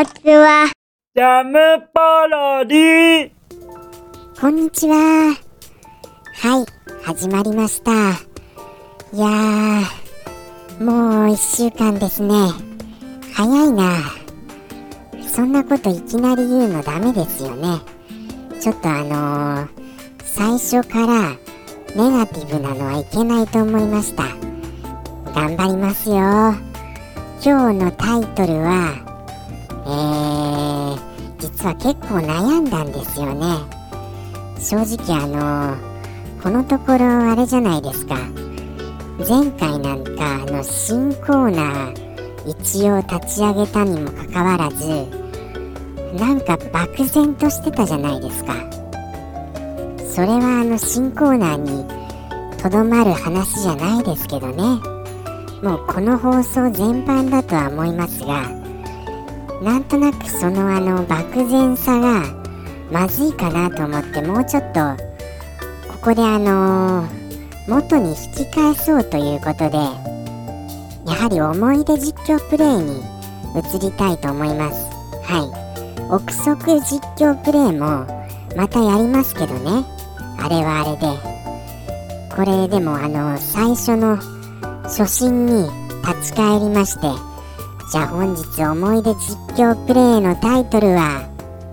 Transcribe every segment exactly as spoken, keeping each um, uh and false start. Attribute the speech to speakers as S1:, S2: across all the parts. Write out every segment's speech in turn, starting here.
S1: ちは。
S2: ジャムパロディ。
S3: こんにちは。はい、始まりました。いやー、もう一週間ですね。早いな。そんなこといきなり言うのダメですよね。ちょっとあのー、最初からネガティブなのはいけないと思いました。頑張りますよ。今日のタイトルは、えー、実は結構悩んだんですよね。正直あのー、このところあれじゃないですか。前回なんかあの新コーナー一応立ち上げたにもかかわらず、なんか漠然としてたじゃないですか。それはあの新コーナーにとどまる話じゃないですけどね。もうこの放送全般だとは思いますが、なんとなくそのあの漠然さがまずいかなと思って、もうちょっとここであのー、元に引き返そうということで、やはり思い出実況プレイに移りたいと思います。はい、憶測実況プレイもまたやりますけどね。あれはあれで、これでもあの最初の初心に立ち返りまして、じゃあ本日思い出実況プレイのタイトルは、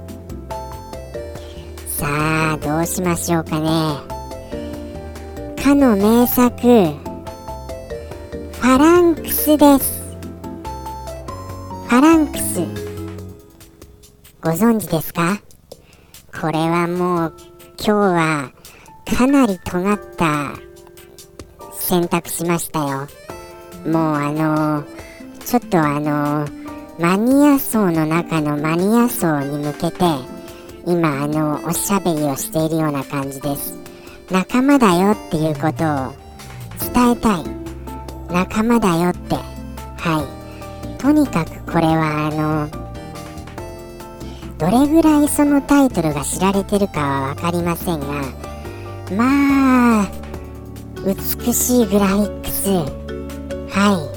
S3: さあどうしましょうかね。かの名作ファランクスです。ファランクスご存知ですか？これはもう今日はかなり尖った選択しましたよ。もうあのちょっとあのマニア層の中のマニア層に向けて今あのおしゃべりをしているような感じです。仲間だよっていうことを伝えたい。仲間だよって。はい、とにかくこれはあのどれぐらいそのタイトルが知られてるかは分かりませんが、まあ美しいグラフィックス。はい、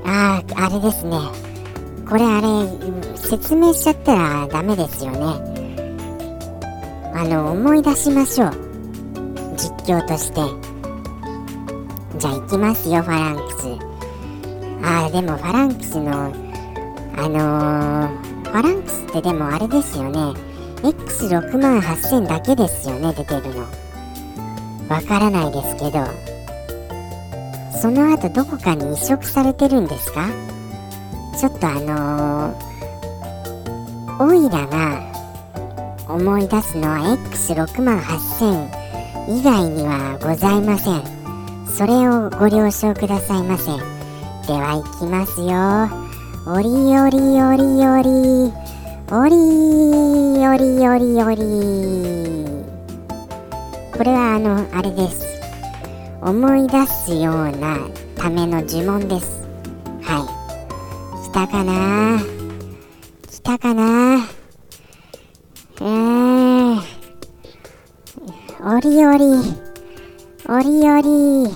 S3: あああれですね。これあれ説明しちゃったらダメですよね。あの思い出しましょう、実況として。じゃあ行きますよ、ファランクス。ああでもファランクスのあのーファランクスってでもあれですよね。 エックスろくまんはっせん だけですよね、出てるの。わからないですけど、その後どこかに移植されてるんですか？ちょっとあのー、オイラが思い出すのは エックスろくまんはっせん 以外にはございません。それをご了承くださいませ。では行きますよ。おりおりおりおりおりおりおりおり。これはあのあれです。思い出すようなための呪文です。はい、来たかな来たかなえー、おりおりおりおり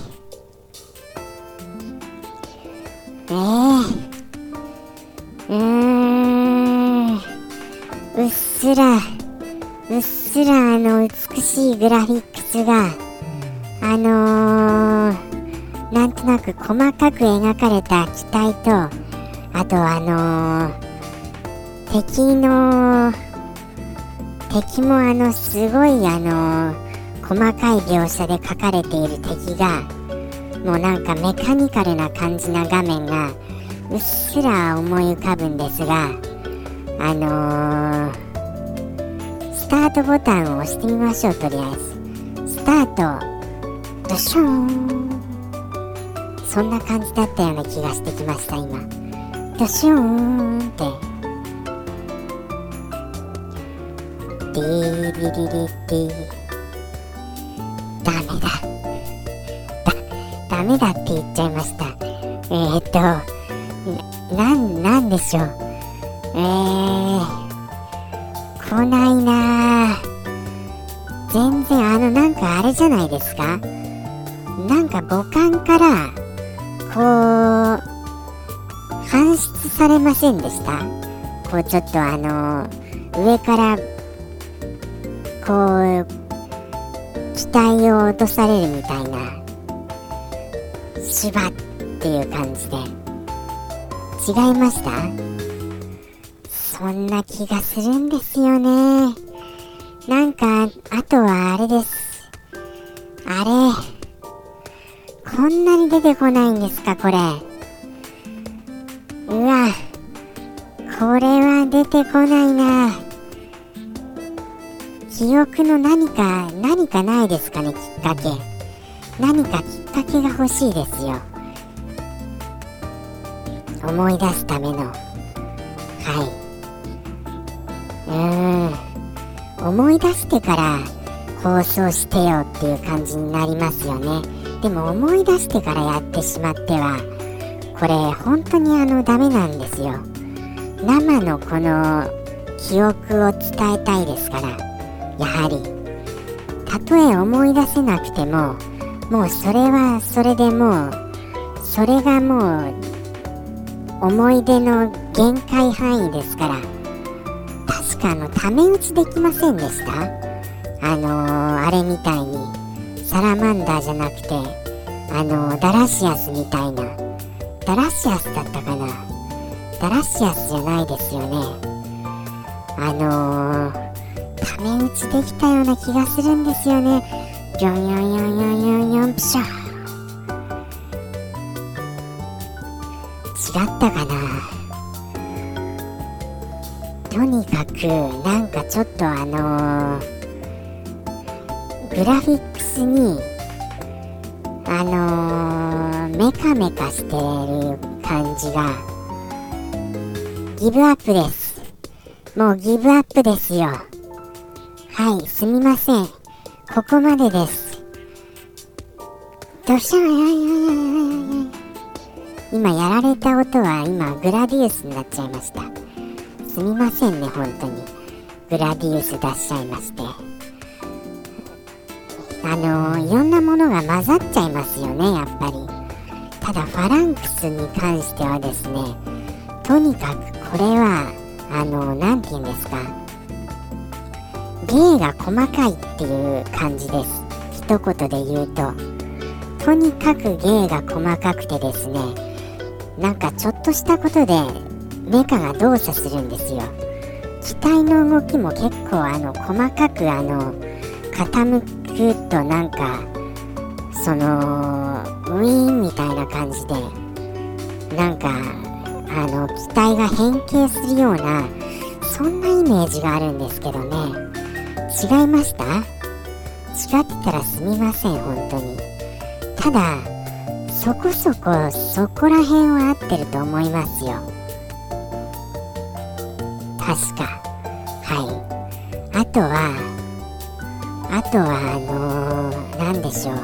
S3: えーうーんうっすらうっすらあの美しいグラフィックスがあのー、なんとなく細かく描かれた機体と、あとあのー、敵の敵もあのすごいあのー、細かい描写で描かれている敵がもうなんかメカニカルな感じな画面がうっすら思い浮かぶんですが、あのー、スタートボタンを押してみましょう。とりあえずスタート、ドショーン。そんな感じだったような気がしてきました。今ドショーンってディーリリリリリ。ダメだだダメだって言っちゃいました。えーっとな、なんでしょう。えー、来ないなぁ。全然あのなんかあれじゃないですか。なんか母艦からこう搬出されませんでした？ こうちょっとあの上からこう機体を落とされるみたいな、シュバッっていう感じで。違いました？そんな気がするんですよね。なんかあとはあれです。あれこんなに出てこないんですか、これ。うわ、これは出てこないな。記憶の何か何かないですかね、きっかけ。何かきっかけが欲しいですよ、思い出すための。はいうーん思い出してから放送してよっていう感じになりますよね。でも思い出してからやってしまってはこれ本当にあのダメなんですよ。生のこの記憶を伝えたいですから、やはりたとえ思い出せなくても、もうそれはそれでもうそれがもう思い出の限界範囲ですから。確かあのタメ打ちできませんでした？あのー、あれみたいにサラマンダーじゃなくてあのー、ダラシアスみたいな、ダラシアスだったかな、ダラシアスじゃないですよね。あのー、タメ打ちできたような気がするんですよね。ヨンヨンヨンヨンヨンヨンプシャー。違ったかな。とにかくなんかちょっとあのー、グラフィックスにあのー、メカメカしてる感じがギブアップです。もうギブアップですよ。はい、すみません、ここまでです。どうしよう。今やられた音は今グラディウスになっちゃいました。すみませんね、本当にグラディウス出しちゃいまして、あのー、いろんなものが混ざっちゃいますよね、やっぱり。ただファランクスに関してはですね、とにかくこれはあのー、なんて言うんですか、芸が細かいっていう感じです。一言で言うと、とにかく芸が細かくてですね、なんかちょっとしたことでメカが動作するんですよ。機体の動きも結構あの細かくあの傾くとなんかそのウィーンみたいな感じでなんかあの機体が変形するようなそんなイメージがあるんですけどね。違いました？違ってたらすみません、本当に。ただそこそこそこら辺は合ってると思いますよ、確か。はい。あとはあとはあのー、なんでしょう、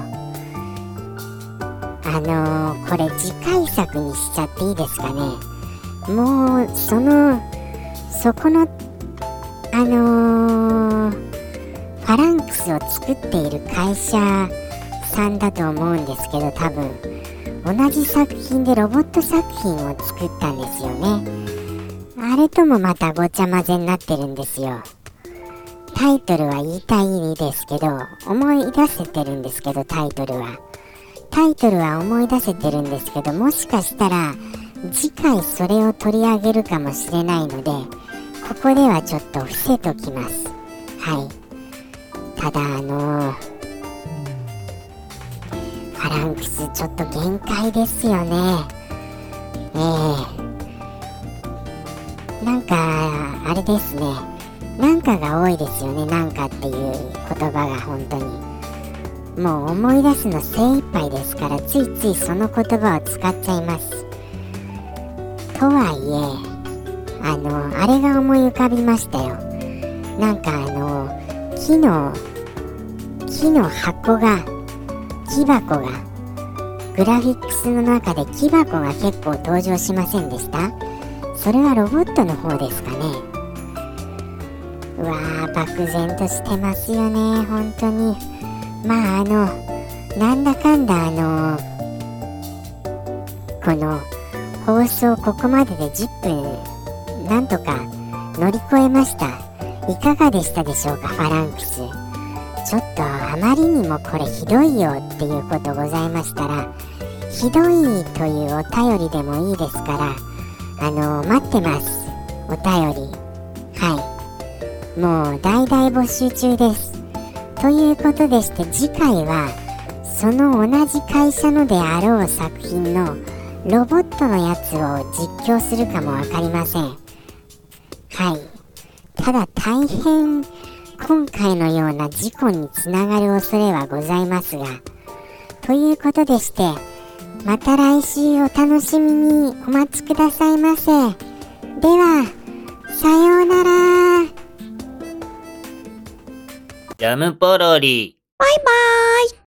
S3: あのー、これ次回作にしちゃっていいですかね。もうそのそこのあのー、ファランクスを作っている会社さんだと思うんですけど、多分同じ作品でロボット作品を作ったんですよね。あれともまたごちゃ混ぜになってるんですよ。タイトルは言いたいですけど、思い出せてるんですけど、タイトルはタイトルは思い出せてるんですけど、もしかしたら次回それを取り上げるかもしれないので、ここではちょっと伏せときます。はい。ただあのー、ファランクスちょっと限界ですよね。ええー、なんかあれですね、なんかが多いですよね。なんかっていう言葉が本当にもう思い出すの精一杯ですから、ついついその言葉を使っちゃいます。とはいえあのあれが思い浮かびましたよ。なんかあの木の木の箱が木箱がグラフィックスの中で木箱が結構登場しませんでした？それはロボットの方ですかね。うわー、漠然としてますよね、本当に。まああのなんだかんだあのこの放送ここまででじゅっぷんなんとか乗り越えました。いかがでしたでしょうか、ファランクス。ちょっとあまりにもこれひどいよっていうことございましたら、ひどいというお便りでもいいですから、あの待ってます、お便り。はい、もう大々募集中です。ということでして、次回はその同じ会社のであろう作品のロボットのやつを実況するかもわかりません。はい、ただ大変今回のような事故につながる恐れはございますが、ということでして、また来週お楽しみにお待ちくださいませ。では、さようなら。
S2: ジャムポロリ。
S1: バイバーイ。